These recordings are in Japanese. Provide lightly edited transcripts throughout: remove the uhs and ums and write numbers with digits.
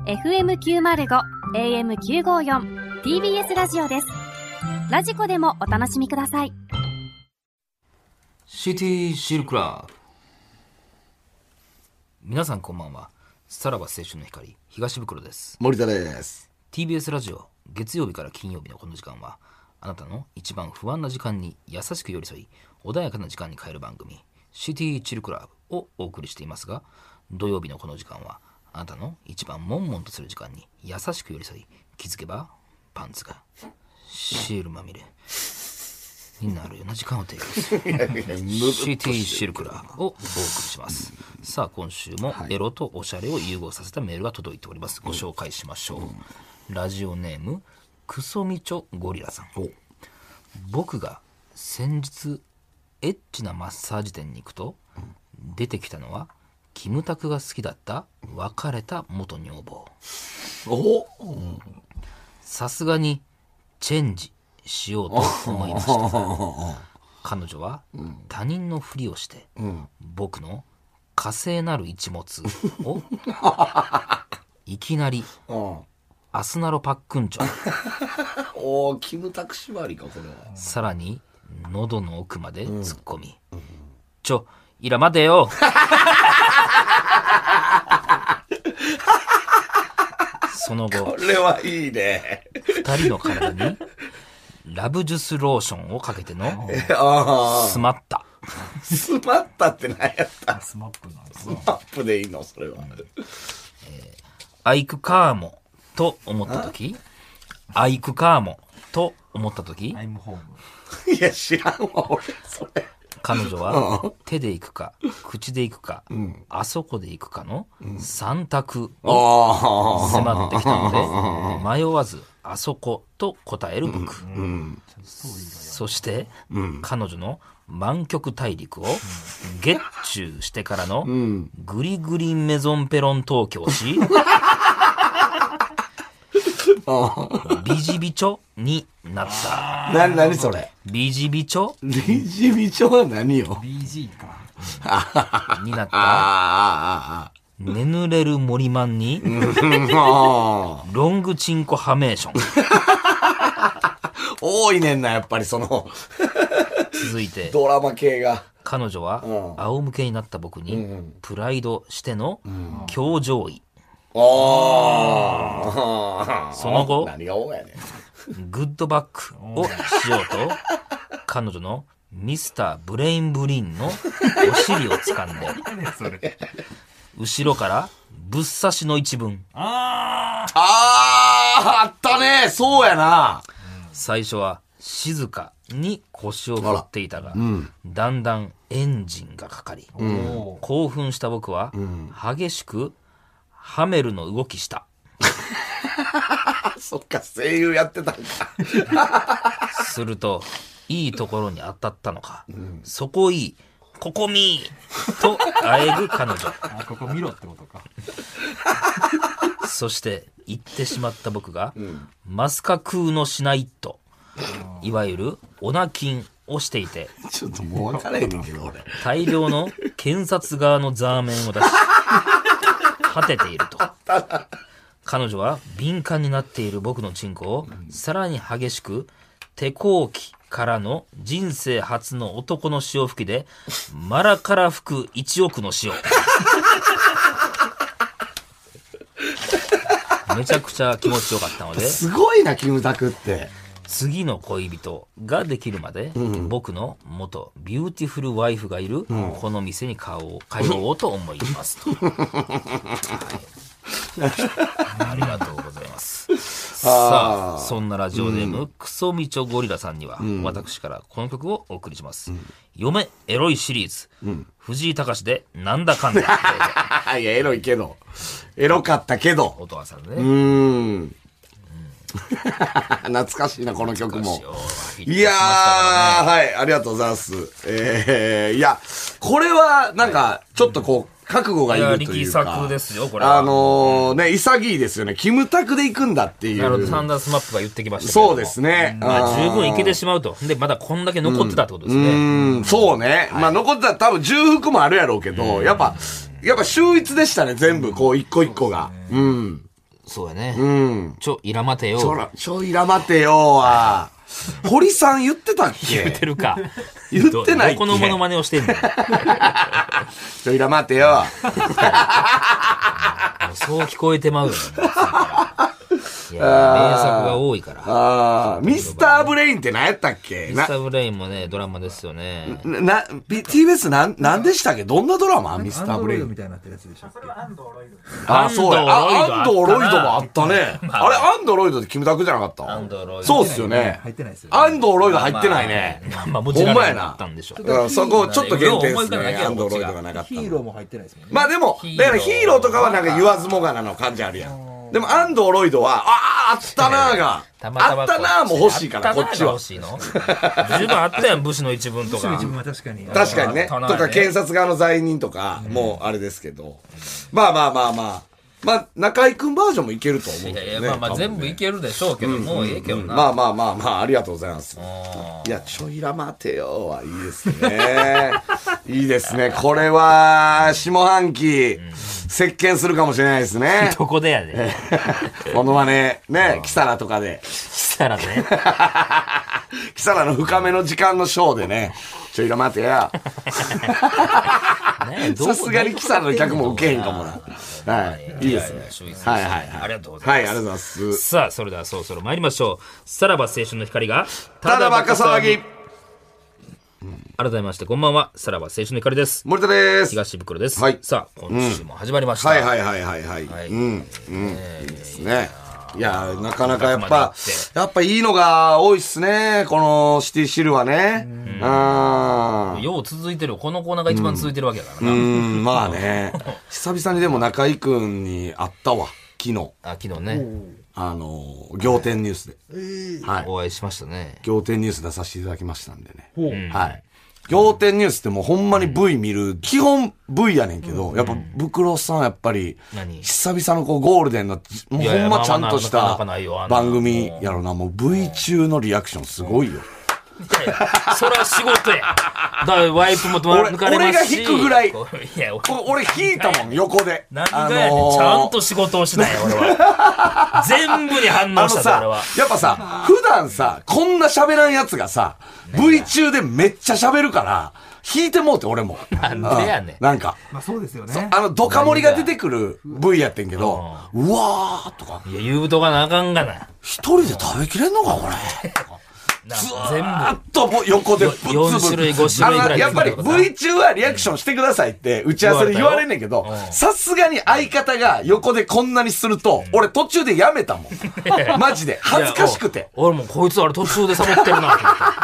FM905 AM954 TBS ラジオです。ラジコでもお楽しみください。 シティシルクラブ。皆さんこんばんは。さらば青春の光東袋です。 森田です。 TBS ラジオ月曜日から金曜日のこの時間は、あなたの一番不安な時間に優しく寄り添い、穏やかな時間に変える番組シティチルクラブをお送りしていますが、土曜日のこの時間はあなたの一番悶々とする時間に優しく寄り添い、気づけばパンツがシールまみれになるような時間を提供するシティシルクラブをお送りします。さあ今週もエロとおしゃれを融合させたメールが届いております。ご紹介しましょう。ラジオネームクソミチョゴリラさん。僕が先日エッチなマッサージ店に行くと、出てきたのはキムタクが好きだった別れた元女房。さすがにチェンジしようと思いました。彼女は他人のふりをして、僕の火星なる一物をいきなりアスナロパックンチョキムタク縛りかこれは。 さらに喉の奥まで突っ込み、イラ待てよその後これはいいね。 二人の体にラブジュスローションをかけてのスマッタ。 スマッタって何やった？ スマップなんです。 スマップでいいのそれは。 アイクカーモと思った時、アイクカーモと思った時、 アイムホーム。 いや知らんわ俺それ。 彼女は手で行くか口で行くか、あそこで行くかの3択を迫ってきたので、迷わずあそこと答える僕、そして、彼女の南極大陸をゲッチューしてからのグリグリメゾンペロン東京しビジビチョになった。 何それ？ ビジビチョビジビチョは何よ？ BG か。 になった眠れる森マンにロングチンコハメーション。 多いねんなやっぱりその続いてドラマ系が。 彼女は仰向けになった僕にプライドしての強上位。その後何が多いやねん。 グッドバックをしようと彼女のミスターブレインブリンのお尻を掴んで後ろからぶっ刺しの一文。 あったね。そうやな。 最初は静かに腰を振っていたが、だんだんエンジンがかかり、興奮した僕は激しくハメルの動きした。 そっか声優やってたんか。 するといいところに当たったのか、そこいいここみーとあえぐ彼女。 ここ見ろってことか。 そして言ってしまった僕が、マスカクーのしないと、いわゆるオナキンをしていて、 ちょっともう分からへんねんけど俺。 大量の検察側のザーメンを出し果てていると。彼女は敏感になっている僕のチンコをさらに激しく手こうきからの人生初の男の潮吹きでマラから吹く1億の潮。めちゃくちゃ気持ちよかったので、 すごいなキムタクって。 次の恋人ができるまで、僕の元ビューティフルワイフがいるこの店に通おうと思いますと。ありがとうございます。さあそんなラジオネーム、クソミチョゴリラさんには、私からこの曲をお送りします。嫁エロいシリーズ、藤井隆でなんだかんだ。 いやエロいけどエロかったけど。 音羽さんね。 懐かしいなこの曲も。 いやー、はい、ありがとうございます。いやこれはなんかちょっとこう覚悟がいるというか、 力作ですよこれは。 ね、潔いですよね。キムタクで行くんだっていう。 なるほど、サンダースマップが言ってきましたけども。 そうですね。 まあ十分いけてしまうと。でまだこんだけ残ってたってことですね。 そうね。まあ残ってたら多分重複もあるやろうけど、やっぱ秀逸でしたね全部こう一個一個が。 そうやね。 うん。 いらまてよ。 いらまてよは、堀さん言ってたっけ？ 言ってるか。 言ってないっけ？ どこのモノマネをしてんの？ いらまてよ。 そう聞こえてまうよね。いや、名作が多いから。 ミスターブレインって何やったっけ？ ミスターブレインもね、ドラマですよね。 TBS なんでしたっけ？どんなドラマ？ミスターブレイン。 みたいになってるやつでしょ。 そうや。アンドロイドもあったね。あれ、アンドロイドってキムタクじゃなかった？ アンドロイド。 そうっすよね。 入ってないですよ。 アンドロイド入ってないね。 まあ、もちろん入ったんでしょ。 そこちょっと限定ですね。アンドロイドがなかった。 ヒーローも入ってないですもんね。 まあでも、だからヒーローとかはなんか言わずもがなの感じあるやん。でもアンドロイドは、あったなーが、あったなーも欲しいから、こっちは。 十分あったやん、武士の一文とか。 武士の一文は確かに。 確かにね。とか、検察側の罪人とか、もうあれですけど。まあ、中井くんバージョンもいけると思うけどね。 いや、まあ全部いけるでしょうけど、もうええけどな。 まあ、ありがとうございます。いや、ちょいら待てよはいいですね。いいですね。これは、下半期、席巻するかもしれないですね。 どこでやで。 モノマネ、ね、キサラとかで。 キサラね。 キサラの深めの時間のショーでね、ちょいら待てや。さすがにキサラの客も受けへんかもな。はい。いいですね。はい。 ありがとうございます。 はい、ありがとうございます。 さあ、それではそろそろ参りましょう。さらば青春の光が、 ただバカ騒ぎ。 改めまして、こんばんは。さらば青春の光です。 森田です。 東袋です。 はい。 さあ、今週も始まりました。 はい。いいですね。いや、なかなかやっぱいいのが多いっすね。このシティシルはね。 よう続いてる。このコーナーが一番続いてるわけだからな。 まあね。久々にでも中井くんに会ったわ。昨日。 昨日ね。 仰天ニュースで。 はい。お会いしましたね。 仰天ニュース出させていただきましたんでね。はい。仰天ニュースってもうほんまに V 見る、基本 V やねんけど、やっぱブクロさんやっぱり、久々のこうゴールデンの、もうほんまちゃんとした番組やろな、もう V 中のリアクションすごいよ。 それは仕事や。だからワイプも抜かれますし。 俺が引くぐらい。俺引いたもん、横で。 何がやねん。ちゃんと仕事をしないよ、俺は。全部に反応した俺は。 やっぱさ、普段さ、こんな喋らんやつがさ、V 中でめっちゃ喋るから、引いてもうて俺も。 なんでやねん。 なんか。 まあそうですよね。 ドカ盛りが出てくる V やってんけど、うわーとか。 いや、言うとかなあかんがな。 一人で食べきれんのか、俺。ずーっと横でぶつぶつ。 4種類、5種類ぐらい。 やっぱり V 中はリアクションしてくださいって打ち合わせで言われんねんけど、さすがに相方が横でこんなにすると、俺途中でやめたもん。マジで。恥ずかしくて。 俺もこいつあれ途中でサボってるなと思って。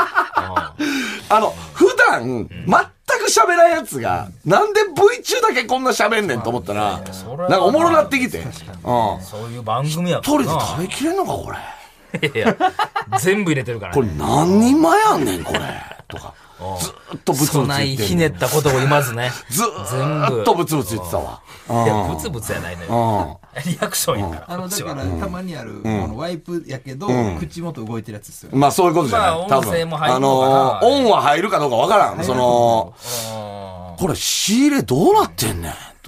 普段、全く喋らんやつが、なんで V 中だけこんな喋んねんと思ったら、なんかおもろなってきて。 そういう番組やから。一人で食べきれんのか、これ。 いや、全部入れてるから、 ね。これ何人前やんねん、これ。とか。ずーっとブツブツ言ってんないひねったことを言いますね。 ずーっとブツブツ言ってたわ。 いや、ブツブツやないのよ。リアクションやから。 だから、たまにある、ワイプやけど、口元動いてるやつですよ。 まあ、そういうことじゃない。 音声も入るのかな。オンは入るかどうかわからん。これ、仕入れどうなってんねん、と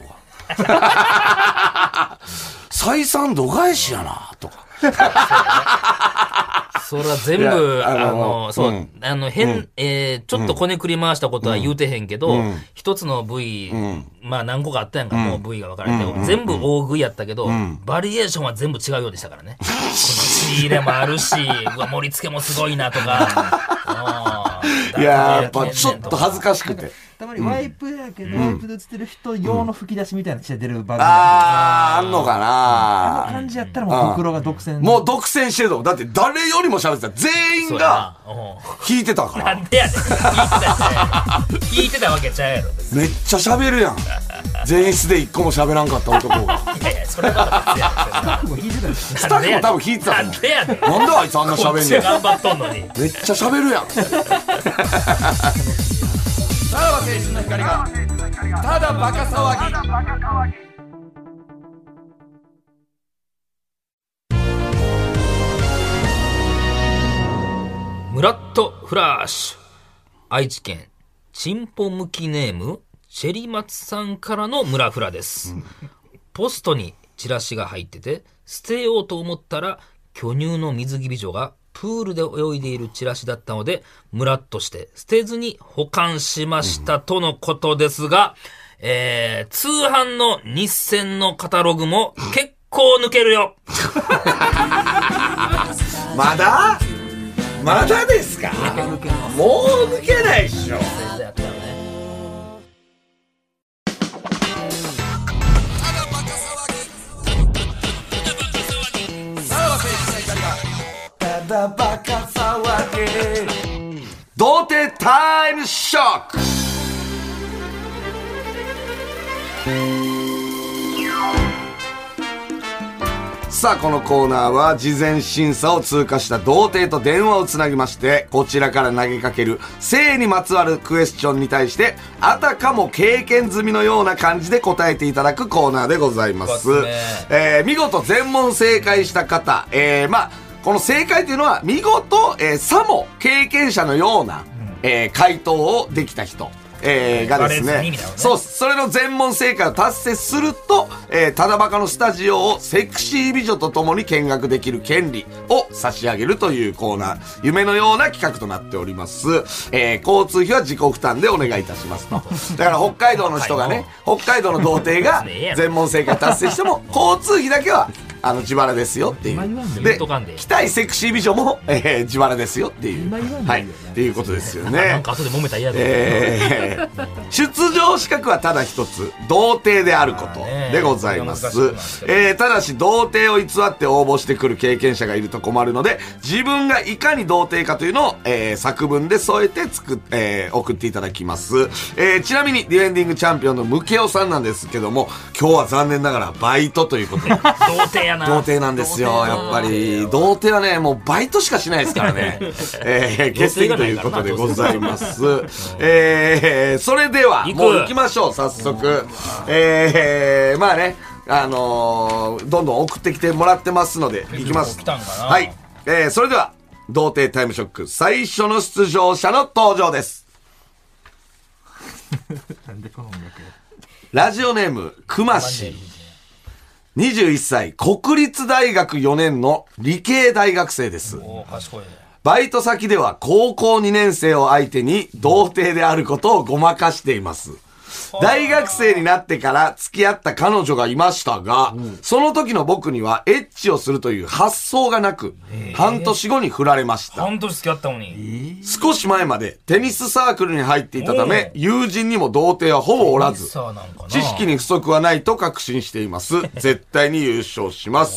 か。採算度外視やな、とか。 それは全部、ちょっとこねくり回したことは言うてへんけど、一つの V、まあ何個かあったやんか、もう V が分かれて、全部大食いやったけど、バリエーションは全部違うようでしたからね。仕入れもあるし、盛り付けもすごいなとか。 いや、やっぱちょっと恥ずかしくて。 たまにワイプやけど、ワイプで映ってる人用の吹き出しみたいなして出る番組あんのかな。 あの感じやったらもう袋が独占。 もう独占してると。だって誰よりも喋ってた。全員が弾いてたから。 なんでやねん。弾いてたわけちゃうやろ。 めっちゃ喋るやん。前室で一個も喋らんかった男が。 いやいや、それは別や。 スタッフも弾いてたんですスタッフも多分弾いてた。 なんでやねん。 なんであいつあんな喋んねん。 頑張っとんのに。 めっちゃ喋るやん。さらば青春の光がただバカ騒ぎ。 ムラッとフラッシュ。愛知県チンポ向きネームチェリマツさんからのムラフラです。ポストにチラシが入ってて、捨てようと思ったら、巨乳の水着美女がプールで泳いでいるチラシだったので、ムラっとして捨てずに保管しましたとのことですが、通販の日銭のカタログも結構抜けるよ。 まだですか？もう抜けないっしょ。童貞タイムショック。さあこのコーナーは事前審査を通過した童貞と電話をつなぎまして、こちらから投げかける性にまつわるクエスチョンに対してあたかも経験済みのような感じで答えていただくコーナーでございます。見事全問正解した方、この正解というのは見事、さも経験者のような、回答をできた人、がですね、そう、それの全問正解を達成すると、ただバカのスタジオをセクシー美女と共に見学できる権利を差し上げるというコーナー、夢のような企画となっております。交通費は自己負担でお願いいたしますと。だから北海道の人がね、北海道の童貞が全問正解達成しても、交通費だけは自腹ですよっていう。で、来たいセクシー美女も、自腹ですよっていう。はい。っていうことですよね。 なんか後で揉めたら嫌だ。 出場資格はただ一つ、童貞であることでございます。ただし、童貞を偽って応募してくる経験者がいると困るので、自分がいかに童貞かというのを、作文で添えて送っていただきます。ちなみに、ディフェンディングチャンピオンのムケオさんなんですけども、今日は残念ながらバイトということで。 童貞やな。 童貞なんですよ、やっぱり。童貞はね、もうバイトしかしないですからね。欠席ということでございます。それでは、もう行きましょう、早速。まあね、どんどん送ってきてもらってますので、行きます。はい。それでは、童貞タイムショック、最初の出場者の登場です。 なんでこの音楽ラジオネーム、くまし。21歳、国立大学4年の理系大学生です。 おー、賢いね。 バイト先では高校2年生を相手に童貞であることをごまかしています。大学生になってから付き合った彼女がいましたが、その時の僕にはエッチをするという発想がなく、半年後に振られました。 半年付き合ったのに。 少し前までテニスサークルに入っていたため、友人にも童貞はほぼおらず、知識に不足はないと確信しています。絶対に優勝します。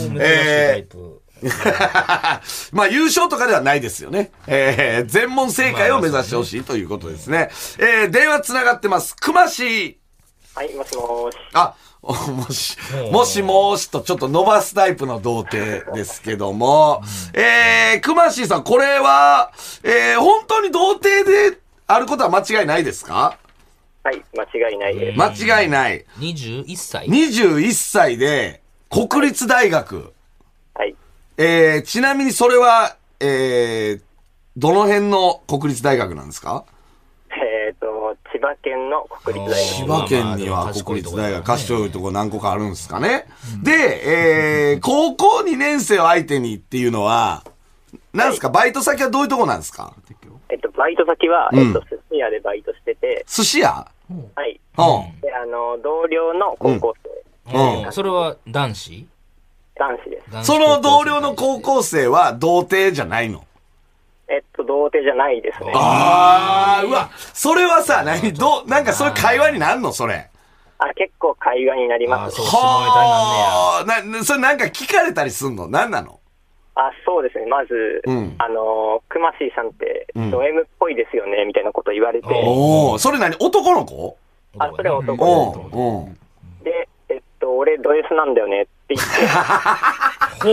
まあ優勝とかではないですよね。全問正解を目指してほしいということですね。電話つながってます。くまし。 はい、もしもーし。 あ、もしもーしとちょっと伸ばすタイプの童貞ですけども、くましさん、これは、本当に童貞であることは間違いないですか？ はい、間違いないです。 間違いない。 21歳。 21歳で、国立大学。 はい。 ちなみにそれは、どの辺の国立大学なんですか？ 千葉県の国立大学。 千葉県には国立大学、賢いとこ何個かあるんですかね。で、高校2年生を相手にっていうのは、なんですか、バイト先はどういうとこなんですか？ バイト先は、寿司屋でバイトしてて。 寿司屋？ はい。 で、 同僚の高校生。それは男子？ 男子です。 その同僚の高校生は童貞じゃないの？ 童貞じゃないですね。 あー、うわ、それはさ、なんかそういう会話になんのそれ。 結構会話になります。 はぁ、それなんか聞かれたりすんの？なんなの？ そうですね。まず、くましーさんって、ド M っぽいですよね、みたいなこと言われて。 それ男の子？ それは男の子。で、俺ド S なんだよねって言って、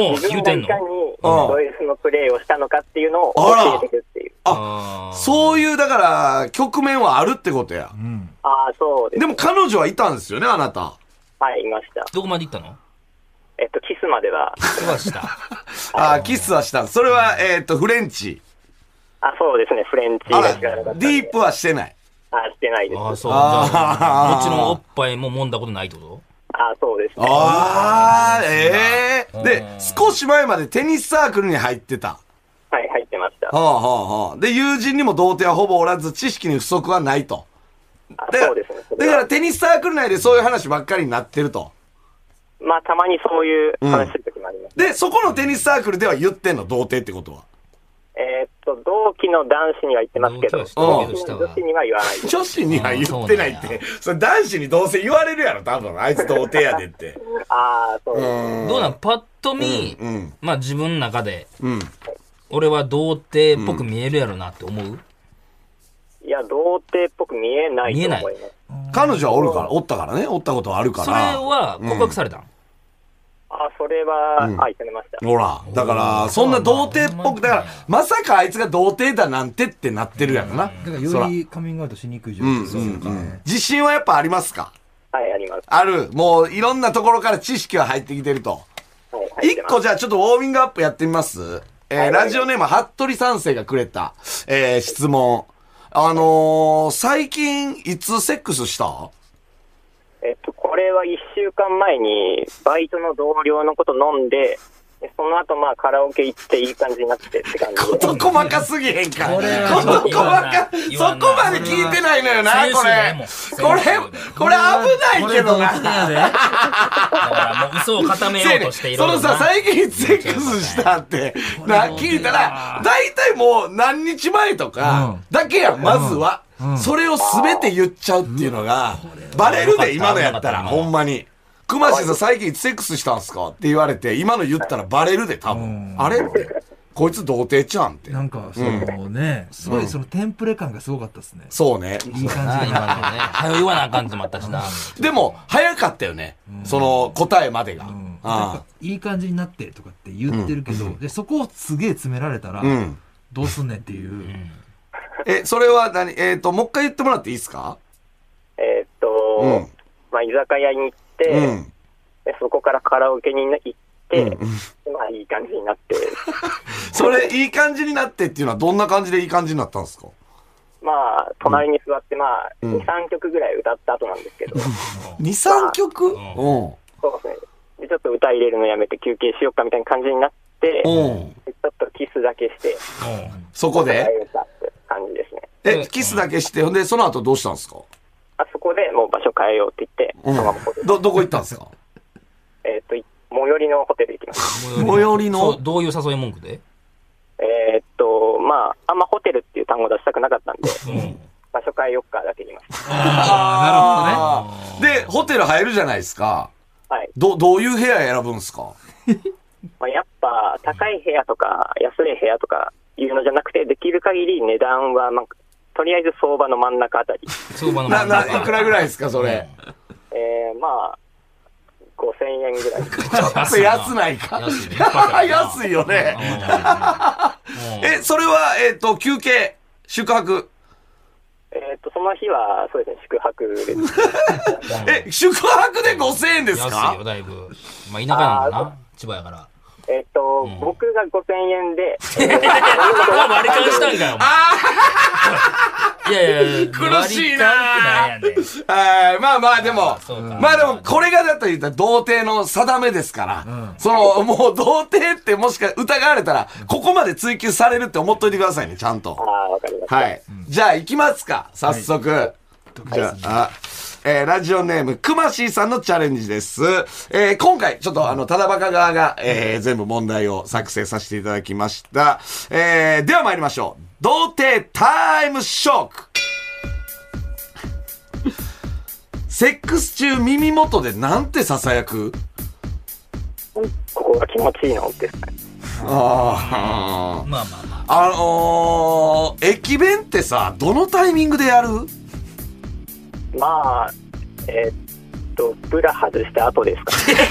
自分がいかにド S のプレイをしたのかっていうのを教えてくっていう。 そういう、だから、局面はあるってことや。 そうです。 でも彼女はいたんですよね、あなた。 はい、いました。 どこまで行ったの？ キスまでは。 キスはした。 キスはした。それは、フレンチ。 そうですね、フレンチが知らなかった。 ディープはしてない。 してないです。 そう。もちろんおっぱいも揉んだことないってこと？ そうですね。 で、少し前までテニスサークルに入ってた。 はい、入ってました。 で、友人にも童貞はほぼおらず、知識に不足はないと。 そうですね。 だからテニスサークル内でそういう話ばっかりになってると。 まあ、たまにそういう話するときもあります、 で、そこのテニスサークルでは言ってんの、童貞ってことは。 同期の男子には言ってますけど、同期の女子には言わないです。 女子には言ってないって。それ男子にどうせ言われるやろ、多分。あいつ童貞やでって。 そうです。 どうなんパッと見、まあ自分の中で、俺は童貞っぽく見えるやろなって思う？ いや、童貞っぽく見えないと思います。 彼女はおったからね。おったことはあるから。 それは告白されたん？ それは、言ってました。 ほら、だから、そんな童貞っぽく、だから、まさかあいつが童貞だなんてってなってるやろな。だからよりカミングアウトしにくい状況でするからね。 自信はやっぱありますか？ はい、あります。 ある。もう、いろんなところから知識は入ってきてると。一個じゃあちょっとウォーミングアップやってみます？ラジオネーム、服部三世がくれた、質問。最近、いつセックスした？ これは1週間前にバイトの同僚のこと飲んで、その後まあカラオケ行っていい感じになってって感じで。 こと細かすぎへんか。こと細か、そこまで聞いてないのよな、これ。これ危ないけどな。だからもう嘘を固めようとしている。 そのさ、最近セックスしたって、聞いたら、だいたいもう何日前とか、だけやん、まずは。それを全て言っちゃうっていうのが、バレるで、今のやったら、ほんまに。熊氏さん最近セックスしたんすかって言われて、今の言ったらバレるで、多分。あれって、こいつ童貞ちゃんって。 なんか、ね、すごいそのテンプレ感がすごかったですね。 そうね。 いい感じで。 早言わなあかんともあったしな。 でも、早かったよね。その答えまでが。 いい感じになってとかって言ってるけど、でそこをすげえ詰められたら、どうすんねんっていう。 それは何もう一回言ってもらっていいですか？ まあ、居酒屋に行って、でそこからカラオケに行って、まあ、いい感じになって。 それ、いい感じになってっていうのはどんな感じでいい感じになったんですか？ まあ、隣に座って、まあ、2、3曲ぐらい歌った後なんですけど。 2、3曲？ そうですね。で、ちょっと歌入れるのやめて休憩しようかみたいな感じになって、ちょっとキスだけして、 そこで感じですね。 キスだけして、ほんで、その後どうしたんですか？ そこでもう場所変えようって言って、そのままどこ行ったんですか？ 最寄りのホテル行きました。 最寄りのどういう誘い文句で？ まあ、あんまホテルっていう単語出したくなかったんで、場所変えよっかだけ言いました。 なるほどね。で、ホテル入るじゃないですか。 はい。 どういう部屋選ぶんですか？ まあやっぱ、高い部屋とか、安い部屋とかいうのじゃなくて、できる限り値段は、まあ、とりあえず相場の真ん中あたり。 相場の真ん中。 いくらぐらいですか、それ。 まあ、5000円ぐらい。 ちょっと安ないか。安いよね。それは、休憩、宿泊。 その日は、そうですね、宿泊です。宿泊で5000円ですか？ 安いよ、だいぶ。まあ、田舎なんだな。千葉やから。 僕が5000円で。 割り勘したんかよ。いやいや、 苦しいなまあまあでも、これがだと言ったら童貞の定めですから、もう童貞ってもしか疑われたら、ここまで追求されるって思っといてくださいね、ちゃんと。 わかりました。 はい。じゃあ行きますか、早速。じゃあ、ラジオネーム、くましーさんのチャレンジです。今回、ちょっとただバカ側が、全部問題を作成させていただきました。では参りましょう。童貞タイムショック。セックス中耳元でなんて囁く？ ここが気持ちいいのですかね。 まあまあまあ。駅弁ってさ、どのタイミングでやる？ まあ、ブラ外した後ですか。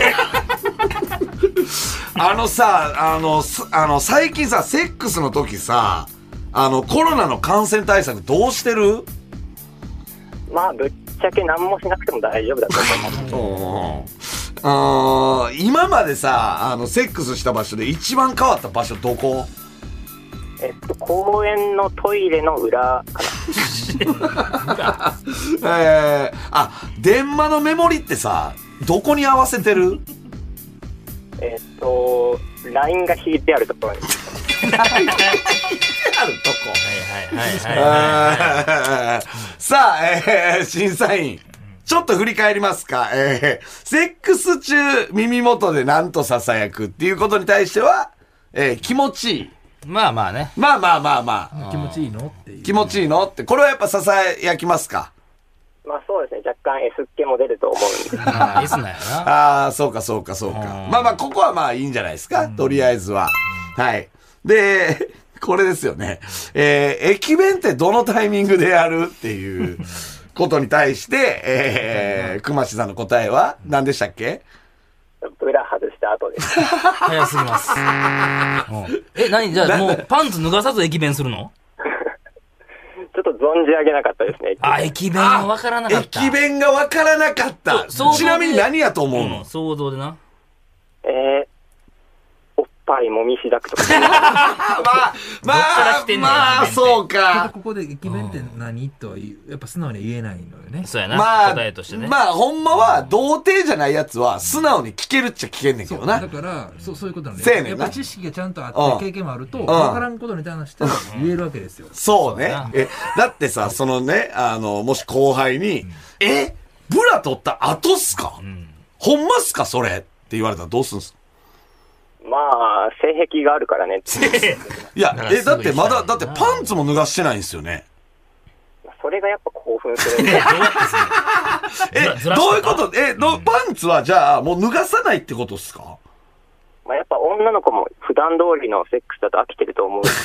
最近さ、セックスの時さ、コロナの感染対策どうしてる？ まあ、ぶっちゃけ何もしなくても大丈夫だと思います。今までさ、セックスした場所で一番変わった場所どこ？ 公園のトイレの裏かな。電話のメモリってさ、 どこに合わせてる ？LINE が引いてあるところに。 あるとこ。さあ、審査員。ちょっと振り返りますか。セックス中耳元で何と囁くっていうことに対しては、気持ちいい。 まあまあね。 まあ。 気持ちいいのっていう。 気持ちいいのって。これはやっぱ囁きますか？ まあそうですね。若干 S っ気も出ると思うんで。 ああ、S なんやな。 ああ、そうか。まあ、ここはまあいいんじゃないですか。とりあえずは。はい。で、これですよね。駅弁ってどのタイミングでやるっていうことに対して、熊志さんの答えは何でしたっけ？ ブラ外した後です。 早すぎます。何じゃあもうパンツ脱がさず駅弁するの？ ちょっと存じ上げなかったですね。 駅弁がわからなかった。 駅弁がわからなかった。ちなみに何やと思うの？ 想像でな。 おっぱいもみしだくとか。 まあ、そうか。 ここで駅弁って何とはやっぱ素直に言えないのよね。 そうやな。答えとしてね。 まあ、ほんまは、童貞じゃないやつは、素直に聞けるっちゃ聞けんねんけどな。 だから、そういうことなんで。せやねんな。 やっぱ知識がちゃんとあって、経験もあると、わからんことに対しては言えるわけですよ。 そうね。だってさ、そのね、もし後輩に、ブラ取った後っすか？ほんまっすかそれって言われたらどうすんすか？ まあ、性癖があるからね。 いや、だってパンツも脱がしてないんですよね。 それがやっぱ興奮する。 どういうこと？パンツはじゃあもう脱がさないってことっすか？ まあやっぱ女の子も普段通りのセックスだと飽きてると思うし。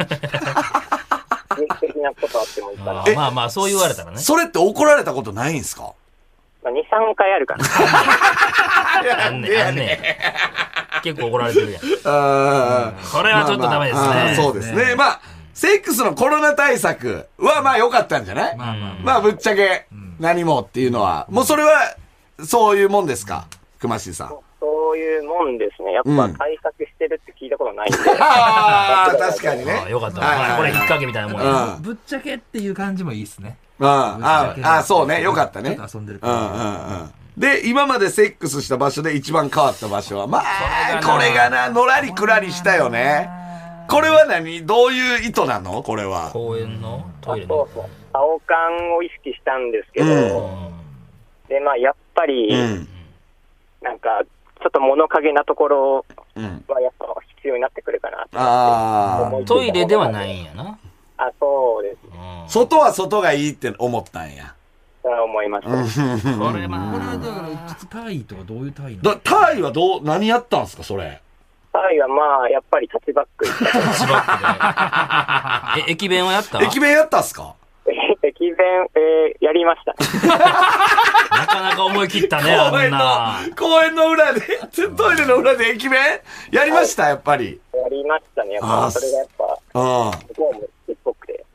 定期的なことあってもいいかな。 まあ、そう言われたらね。 それって怒られたことないんすか？ まあ、2、3回あるかな。 あんね結構怒られてるやん。これはちょっとダメですね。 そうですね。まあ、セックスのコロナ対策はまあ良かったんじゃない？まあぶっちゃけ何もっていうのは、もうそれはそういうもんですか？熊志さん。 そういうもんですね。やっぱ対策してるって聞いたことないんで。 ああ、確かにね。 よかった。これ引っ掛けみたいなもんや。 ぶっちゃけっていう感じもいいっすね。 そうね。よかったね。 遊んでるから。 で、今までセックスした場所で一番変わった場所は、まあ、これがな、のらりくらりしたよね。これはどういう意図なの？これは。 公園のトイレの。 そう。青缶を意識したんですけど、で、まあ、やっぱり、なんか、ちょっと物陰なところはやっぱ必要になってくるかなと。 トイレではないんやな。 そうです。 外は外がいいって思ったんや。 思いました。 これはだから、タイとはどういうタイなの？ タイは何やったんすか、それ。 タイはまあ、やっぱりタッチバック。 タッチバックで。駅弁はやった？ 駅弁やったっすか？ 駅弁、やりました。 なかなか思い切ったね、あんな。 公園の裏で、トイレの裏で駅弁やりました、やっぱり。 やりましたね。やっぱそれがやっぱ、向こうもちっぽくて。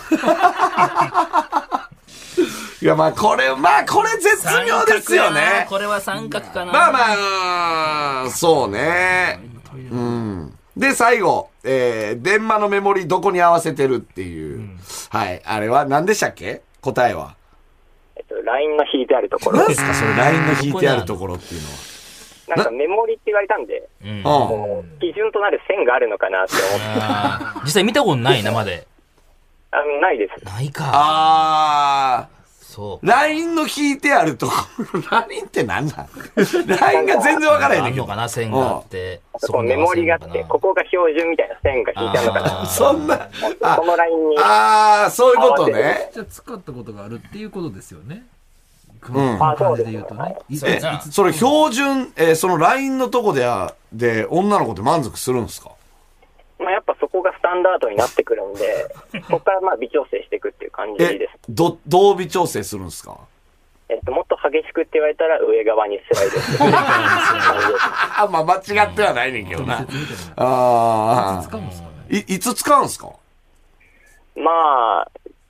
いや、まあ、これ絶妙ですよね。 これは三角かな。 まあ、そうね。で、最後、電話のメモリどこに合わせてるっていう。はい。あれは何でしたっけ？答えは。 LINE の引いてあるところ。 何ですかそれ、LINE の引いてあるところっていうのは。 なんかメモリって言われたんで、基準となる線があるのかなって思って。 実際見たことない生で。 ないです。 ないか。そう。 LINE の引いてあるところ、LINE って何なん？ LINE が全然わからへんねんけど。 あんのかな、線があって。 そこメモリがあって、ここが標準みたいな線が引いてあるのかな。 そんな。 その LINE に。 そういうことね。 じゃあ使ったことがあるっていうことですよね。この感じで言うとね。 それ標準、その LINE のとこで女の子って満足するんですか？ まあやっぱそこがスタンダードになってくるんで、そこからまあ微調整していくっていう感じです。 どう微調整するんですか？ もっと激しくって言われたら上側にスライドする。 まあ間違ってはないねんけどな。 いつ使うんですかね？ いつ使うんですか？ まあ、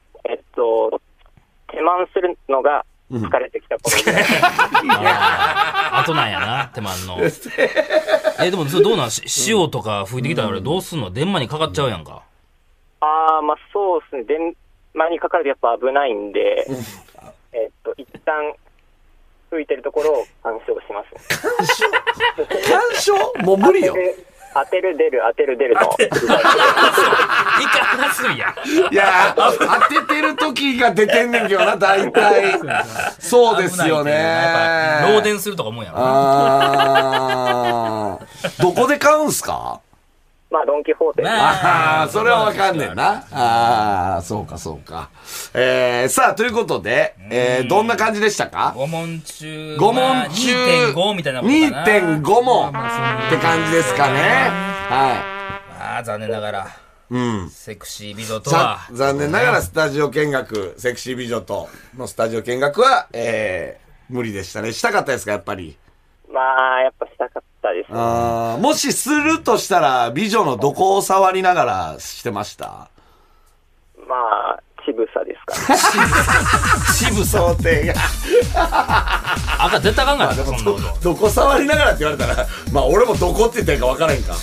手満するのが疲れてきた頃ぐらい。 あとなんやな、手間の。でもそれどうなん？潮とか吹いてきたらあれどうすんの？電話にかかっちゃうやんか。 まあそうですね。電話にかかるとやっぱ危ないんで、一旦吹いてるところを鑑賞しますね。 鑑賞もう無理よ。 当てる出る当てる出るの。 一回話すんや。 いや、当ててる時が出てんねんけどな、大体。そうですよね。 やっぱ漏電するとか思うやろ。 どこで買うんすか？ まあ、ドンキホーテ。 ああ、それはわかんねんな。ああ、そうか、そうか。さあ、ということで、どんな感じでしたか ？5問中。 5問中。 2.5 みたいなことかな。 2.5 問って感じですかね。はい。まあ、残念ながら。 うん。 セクシー美女とは。 残念ながらスタジオ見学、セクシー美女とのスタジオ見学は、無理でしたね。したかったですか、やっぱり。 まあ、やっぱしたかったですね。 もしするとしたら、美女のどこを触りながらしてました？ まあ、ちぶさですかね。 ちぶ想定が。 絶対考えない。 どこ触りながらって言われたら、まあ俺もどこって言ってんか分からへんか。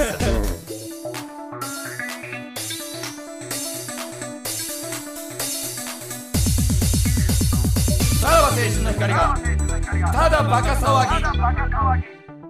さらば青春の光がただバカ騒ぎ。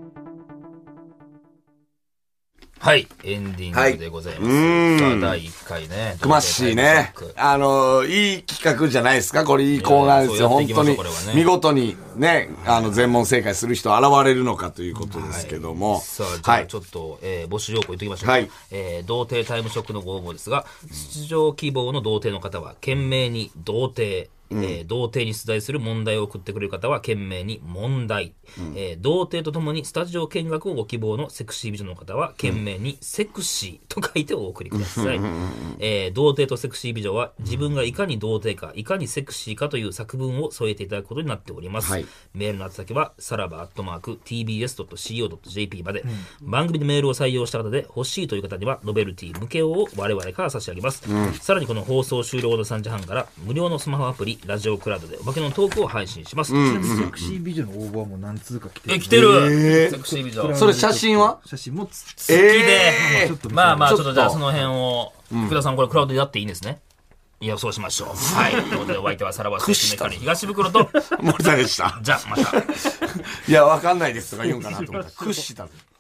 はい、エンディングでございます。さあ、第1回ね。 くまっしいね。いい企画じゃないですか。これいいコーナーですよ。本当に。見事にね、全問正解する人現れるのかということですけども。 さあ、じゃあちょっと、募集要項言っておきましょう。はい。童貞タイムショックのご応募ですが、出場希望の童貞の方は、懸命に童貞。童貞に出題する問題を送ってくれる方は懸命に問題、童貞とともにスタジオ見学をご希望のセクシー美女の方は懸命にセクシーと書いてお送りください、童貞とセクシー美女は自分がいかに童貞かいかにセクシーかという作文を添えていただくことになっております、はい、メールの宛先はさらば@tbs.co.jp まで、番組でメールを採用した方で欲しいという方にはノベルティ向けを我々から差し上げます、さらにこの放送終了後の3時半から無料のスマホアプリラジオクラウドでおまけのトークを配信します。 セクシー美女の応募はもう何通か来てる。 来てる、セクシー美女。 それ写真は？ 写真も好きで、まあちょっとじゃあその辺を、福田さんこれクラウドでやっていいんですね。いや、そうしましょう。はい。ということでお相手はさらば青春の光東袋と森田でした。 じゃあまた。 いや、わかんないですとか言うんかなと思った。屈した。